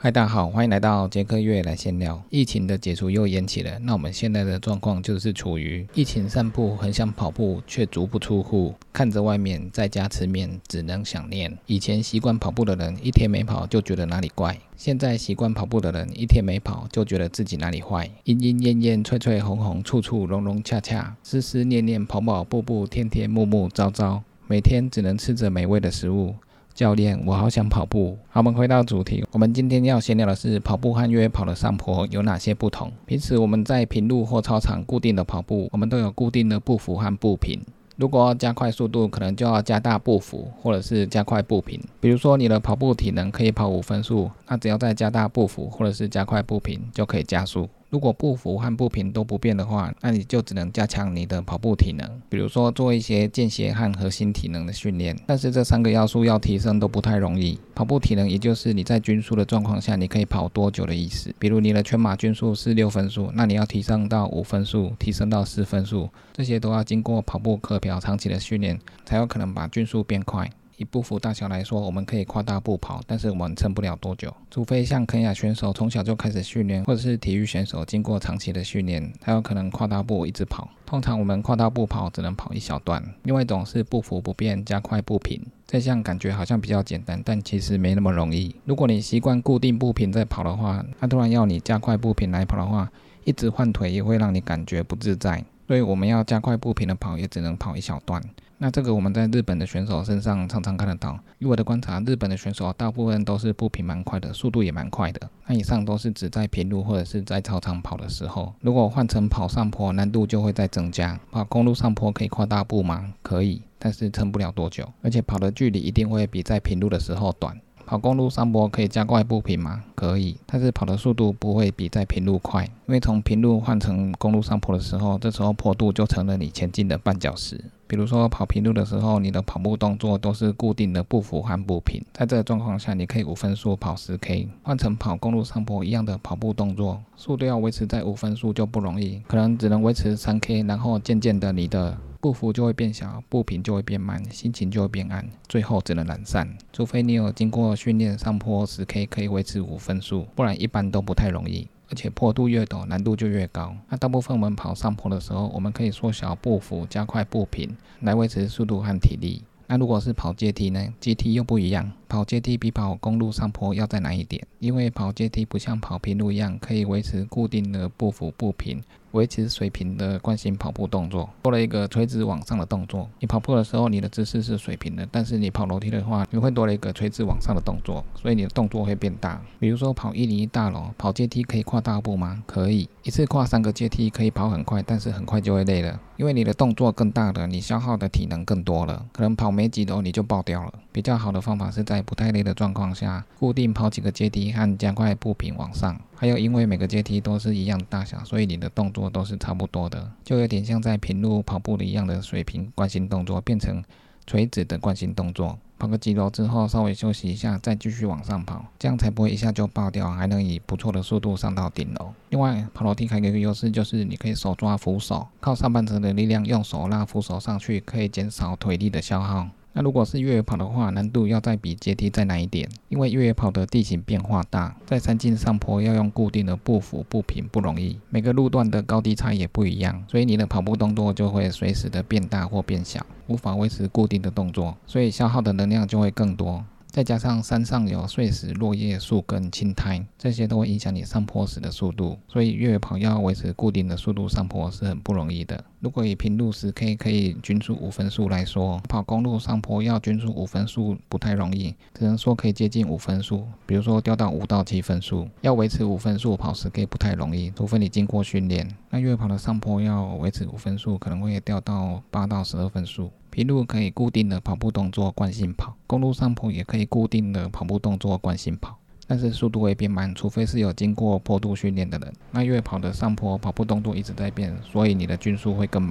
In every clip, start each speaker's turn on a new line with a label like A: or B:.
A: 嗨，大家好，欢迎来到杰克越来闲聊。疫情的解除又延期了，那我们现在的状况就是处于疫情散步，很想跑步，却足不出户，看着外面，在家吃面，只能想念。以前习惯跑步的人，一天没跑就觉得哪里怪；现在习惯跑步的人，一天没跑就觉得自己哪里坏。莺莺燕燕，翠翠红红，处处融融洽洽，思思念念，跑跑步步，天天暮暮朝朝，每天只能吃着美味的食物。教练，我好想跑步。好，我们回到主题，我们今天要闲聊的是跑步和越野跑的上坡有哪些不同。平时我们在平路或操场固定的跑步，我们都有固定的步幅和步频。如果要加快速度，可能就要加大步幅，或者是加快步频。比如说你的跑步体能可以跑5分速，那只要再加大步幅，或者是加快步频，就可以加速。如果步幅和步频都不变的话，那你就只能加强你的跑步体能，比如说做一些间歇和核心体能的训练。但是这3个要素要提升都不太容易。跑步体能也就是你在均速的状况下你可以跑多久的意思。比如你的全马均速是6分速，那你要提升到5分速，提升到4分速，这些都要经过跑步课表长期的训练，才有可能把均速变快。以步幅大小来说，我们可以跨大步跑，但是我们撑不了多久，除非像肯亚选手从小就开始训练，或者是体育选手经过长期的训练，才有可能跨大步一直跑。通常我们跨大步跑只能跑一小段。另外一种是步幅不变加快步频，这项感觉好像比较简单，但其实没那么容易。如果你习惯固定步频在跑的话，那突然要你加快步频来跑的话，一直换腿也会让你感觉不自在。所以我们要加快步频的跑，也只能跑一小段。那这个我们在日本的选手身上常常看得到。以我的观察，日本的选手大部分都是步频蛮快的，速度也蛮快的。那以上都是指在平路或者是在操场跑的时候。如果换成跑上坡，难度就会再增加。跑公路上坡可以跨大步吗？可以，但是撑不了多久，而且跑的距离一定会比在平路的时候短。跑公路上坡可以加快步频吗？可以，但是跑的速度不会比在平路快，因为从平路换成公路上坡的时候，这时候坡度就成了你前进的绊脚石。比如说跑平路的时候，你的跑步动作都是固定的步幅和步频，在这个状况下，你可以5分速跑10K， 换成跑公路上坡一样的跑步动作，速度要维持在5分速就不容易，可能只能维持3K， 然后渐渐的你的步幅就会变小，步频就会变慢，心情就会变暗，最后只能懒散。除非你有经过训练上坡10K 可以维持5分速，不然一般都不太容易。而且坡度越陡，难度就越高。那大部分我们跑上坡的时候，我们可以缩小步幅，加快步频，来维持速度和体力。那如果是跑阶梯呢？阶梯又不一样，跑阶梯比跑公路上坡要再难一点，因为跑阶梯不像跑平路一样可以维持固定的步幅步频，维持水平的惯性跑步动作，多了一个垂直往上的动作。你跑步的时候，你的姿势是水平的，但是你跑楼梯的话，你会多了一个垂直往上的动作，所以你的动作会变大。比如说跑101大楼，跑阶梯可以跨大步吗？可以，一次跨3个阶梯可以跑很快，但是很快就会累了，因为你的动作更大了，你消耗的体能更多了，可能跑没几楼你就爆掉了。比较好的方法是在不太累的状况下，固定跑几个阶梯和加快步频往上。还有因为每个阶梯都是一样的大小，所以你的动作都是差不多的，就有点像在平路跑步的一样的水平惯性动作变成垂直的惯性动作。跑个几楼之后稍微休息一下，再继续往上跑，这样才不会一下就爆掉，还能以不错的速度上到顶楼。另外跑楼梯还有一个优势，就是你可以手抓扶手，靠上半身的力量用手拉扶手上去，可以减少腿力的消耗。那如果是越野跑的话，难度要再比阶梯再难一点，因为越野跑的地形变化大，在山径上坡要用固定的步幅步频不容易，每个路段的高低差也不一样，所以你的跑步动作就会随时的变大或变小，无法维持固定的动作，所以消耗的能量就会更多。再加上山上有碎石、落叶、树根、青苔，这些都会影响你上坡时的速度，所以越野跑要维持固定的速度上坡是很不容易的。如果以平路10K 可以均速5分速来说，跑公路上坡要均速5分速不太容易，只能说可以接近5分速，比如说掉到5到7分速。要维持5分速跑10K 不太容易，除非你经过训练。那越野跑的上坡要维持5分速，可能会掉到8到12分速。平路可以固定的跑步动作惯性跑，公路上坡也可以固定的跑步动作惯性跑，但是速度会变慢，除非是有经过坡度训练的人。那越野跑的上坡跑步动作一直在变，所以你的均速会更慢。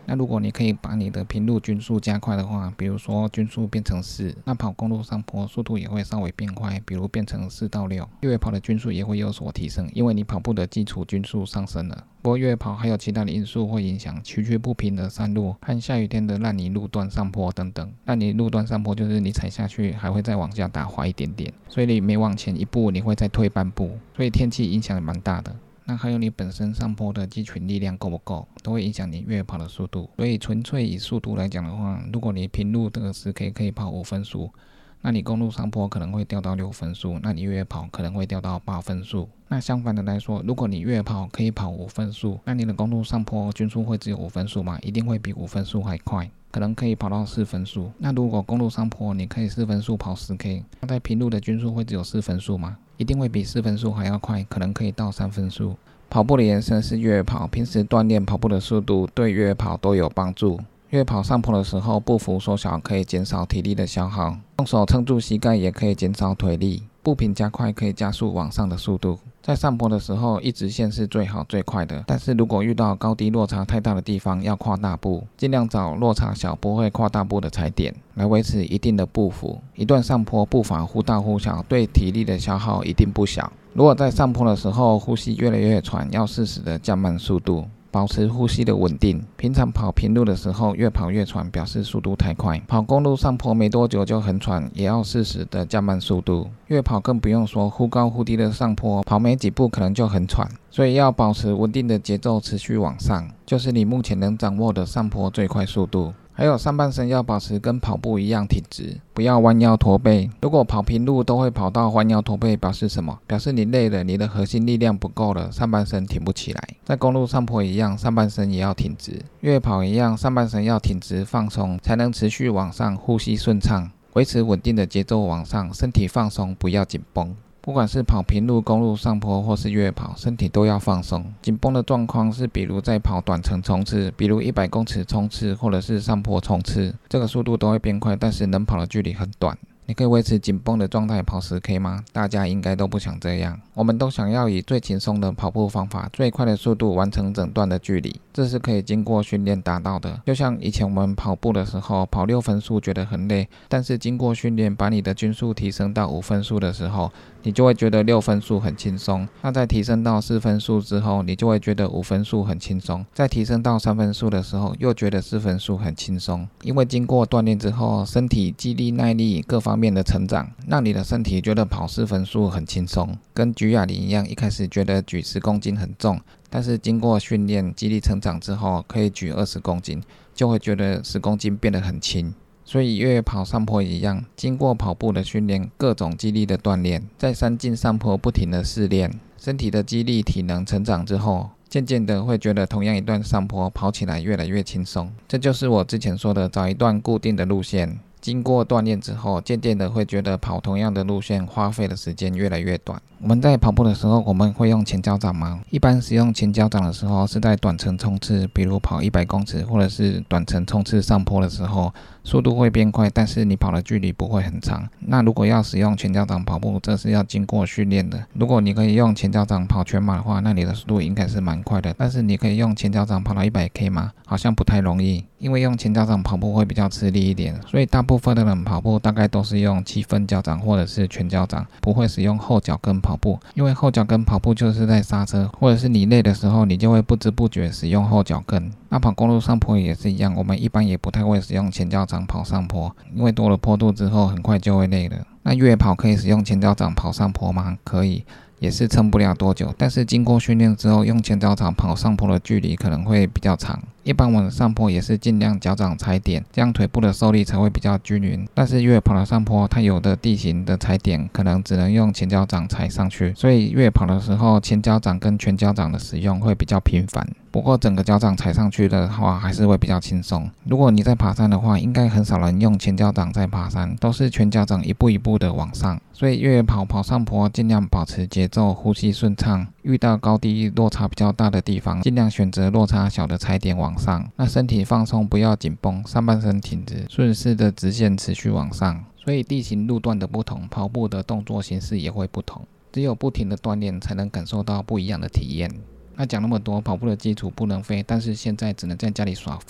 A: 那如果你可以把你的平路均速加快的话，比如说均速变成4，那跑公路上坡速度也会稍微变快，比如变成4到6，越野跑的均速也会有所提升，因为你跑步的基础均速上升了。不过越野跑还有其他的因素会影响崎岖不平的山路和下雨天的烂泥路段上坡等等。烂泥路段上坡就是你踩下去还会再往下打滑一点点，所以你每往前一步你会再退半步，所以天气影响也蛮大的。那还有你本身上坡的肌群力量够不够，都会影响你越野跑的速度。所以纯粹以速度来讲的话，如果你平路的10K 可以跑5分速，那你公路上坡可能会掉到6分速，那你越野跑可能会掉到8分速。那相反的来说，如果你越野跑可以跑5分速，那你的公路上坡均速会只有5分速吗？一定会比5分速还快，可能可以跑到4分速。那如果公路上坡你可以4分速跑10K， 那在平路的均速会只有4分速吗？一定会比4分速还要快，可能可以到3分速。跑步的延伸是越野跑，平时锻炼跑步的速度对越野跑都有帮助。越野跑上坡的时候，步幅缩小可以减少体力的消耗，用手撑住膝盖也可以减少腿力，步频加快可以加速往上的速度。在上坡的时候，一直线是最好最快的，但是如果遇到高低落差太大的地方，要跨大步，尽量找落差小不会跨大步的踩点，来维持一定的步幅。一段上坡步伐忽大忽小，对体力的消耗一定不小。如果在上坡的时候呼吸越来越喘，要适时的降慢速度，保持呼吸的稳定。平常跑平路的时候越跑越喘，表示速度太快。跑公路上坡没多久就很喘，也要适时的降慢速度。越野跑更不用说，忽高忽低的上坡，跑没几步可能就很喘，所以要保持稳定的节奏，持续往上，就是你目前能掌握的上坡最快速度。还有上半身要保持跟跑步一样挺直，不要弯腰驼背。如果跑平路都会跑到弯腰驼背，表示什么？表示你累了，你的核心力量不够了，上半身挺不起来。在公路上坡一样，上半身也要挺直。越野跑一样，上半身要挺直放松，才能持续往上，呼吸顺畅，维持稳定的节奏往上，身体放松，不要紧绷。不管是跑平路、公路上坡或是越野跑，身体都要放松。紧绷的状况是比如在跑短程冲刺，比如100公尺冲刺或者是上坡冲刺，这个速度都会变快，但是能跑的距离很短。你可以维持紧绷的状态跑10K 吗？大家应该都不想这样，我们都想要以最轻松的跑步方法，最快的速度完成整段的距离，这是可以经过训练达到的。就像以前我们跑步的时候，跑6分速觉得很累，但是经过训练把你的均速提升到5分速的时候，你就会觉得6分速很轻松。那在提升到4分速之后，你就会觉得5分速很轻松。再提升到3分速的时候，又觉得4分速很轻松。因为经过锻炼之后，身体肌力、耐力各方面的成长，让你的身体觉得跑4分速很轻松。跟举哑铃一样，一开始觉得举10公斤很重，但是经过训练、肌力成长之后，可以举20公斤，就会觉得10公斤变得很轻。所以越野跑上坡一样，经过跑步的训练，各种肌力的锻炼，在山径上坡不停的试炼，身体的肌力体能成长之后，渐渐的会觉得同样一段上坡跑起来越来越轻松。这就是我之前说的，找一段固定的路线，经过锻炼之后，渐渐的会觉得跑同样的路线花费的时间越来越短。我们在跑步的时候，我们会用前脚掌吗？一般使用前脚掌的时候是在短程冲刺，比如跑100公尺或者是短程冲刺上坡的时候，速度会变快，但是你跑的距离不会很长。那如果要使用前脚掌跑步，这是要经过训练的。如果你可以用前脚掌跑全马的话，那你的速度应该是蛮快的。但是你可以用前脚掌跑到100K 吗？好像不太容易，因为用前脚掌跑步会比较吃力一点，所以大部分的人跑步大概都是用7分脚掌或者是全脚掌，不会使用后脚跟跑步。因为后脚跟跑步就是在刹车，或者是你累的时候，你就会不知不觉使用后脚跟。那跑公路上坡也是一样，我们一般也不太会使用前脚掌跑上坡，因为多了坡度之后很快就会累了。那越野跑可以使用前脚掌跑上坡吗？可以，也是撑不了多久，但是经过训练之后，用前脚掌跑上坡的距离可能会比较长。一般我们上坡也是尽量脚掌踩点，这样腿部的受力才会比较均匀。但是越野跑的上坡，它有的地形的踩点可能只能用前脚掌踩上去，所以越野跑的时候，前脚掌跟全脚掌的使用会比较频繁。不过整个脚掌踩上去的话，还是会比较轻松。如果你在爬山的话，应该很少人用前脚掌在爬山，都是全脚掌一步一步的往上。所以越野跑上坡，尽量保持节奏，呼吸顺畅。遇到高低落差比较大的地方，尽量选择落差小的踩点往上。那身体放松，不要紧绷，上半身挺直，顺势的直线持续往上。所以地形路段的不同，跑步的动作形式也会不同。只有不停的锻炼，才能感受到不一样的体验。那讲那么多，跑步的基础不能废，但是现在只能在家里耍废。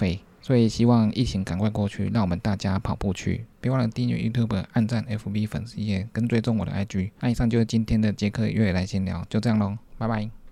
A: 所以希望疫情赶快过去，让我们大家跑步去。别忘了订阅 YouTube、按赞 FB 粉丝页跟追踪我的 IG。以上就是今天的杰克月来闲聊，就这样咯，拜拜。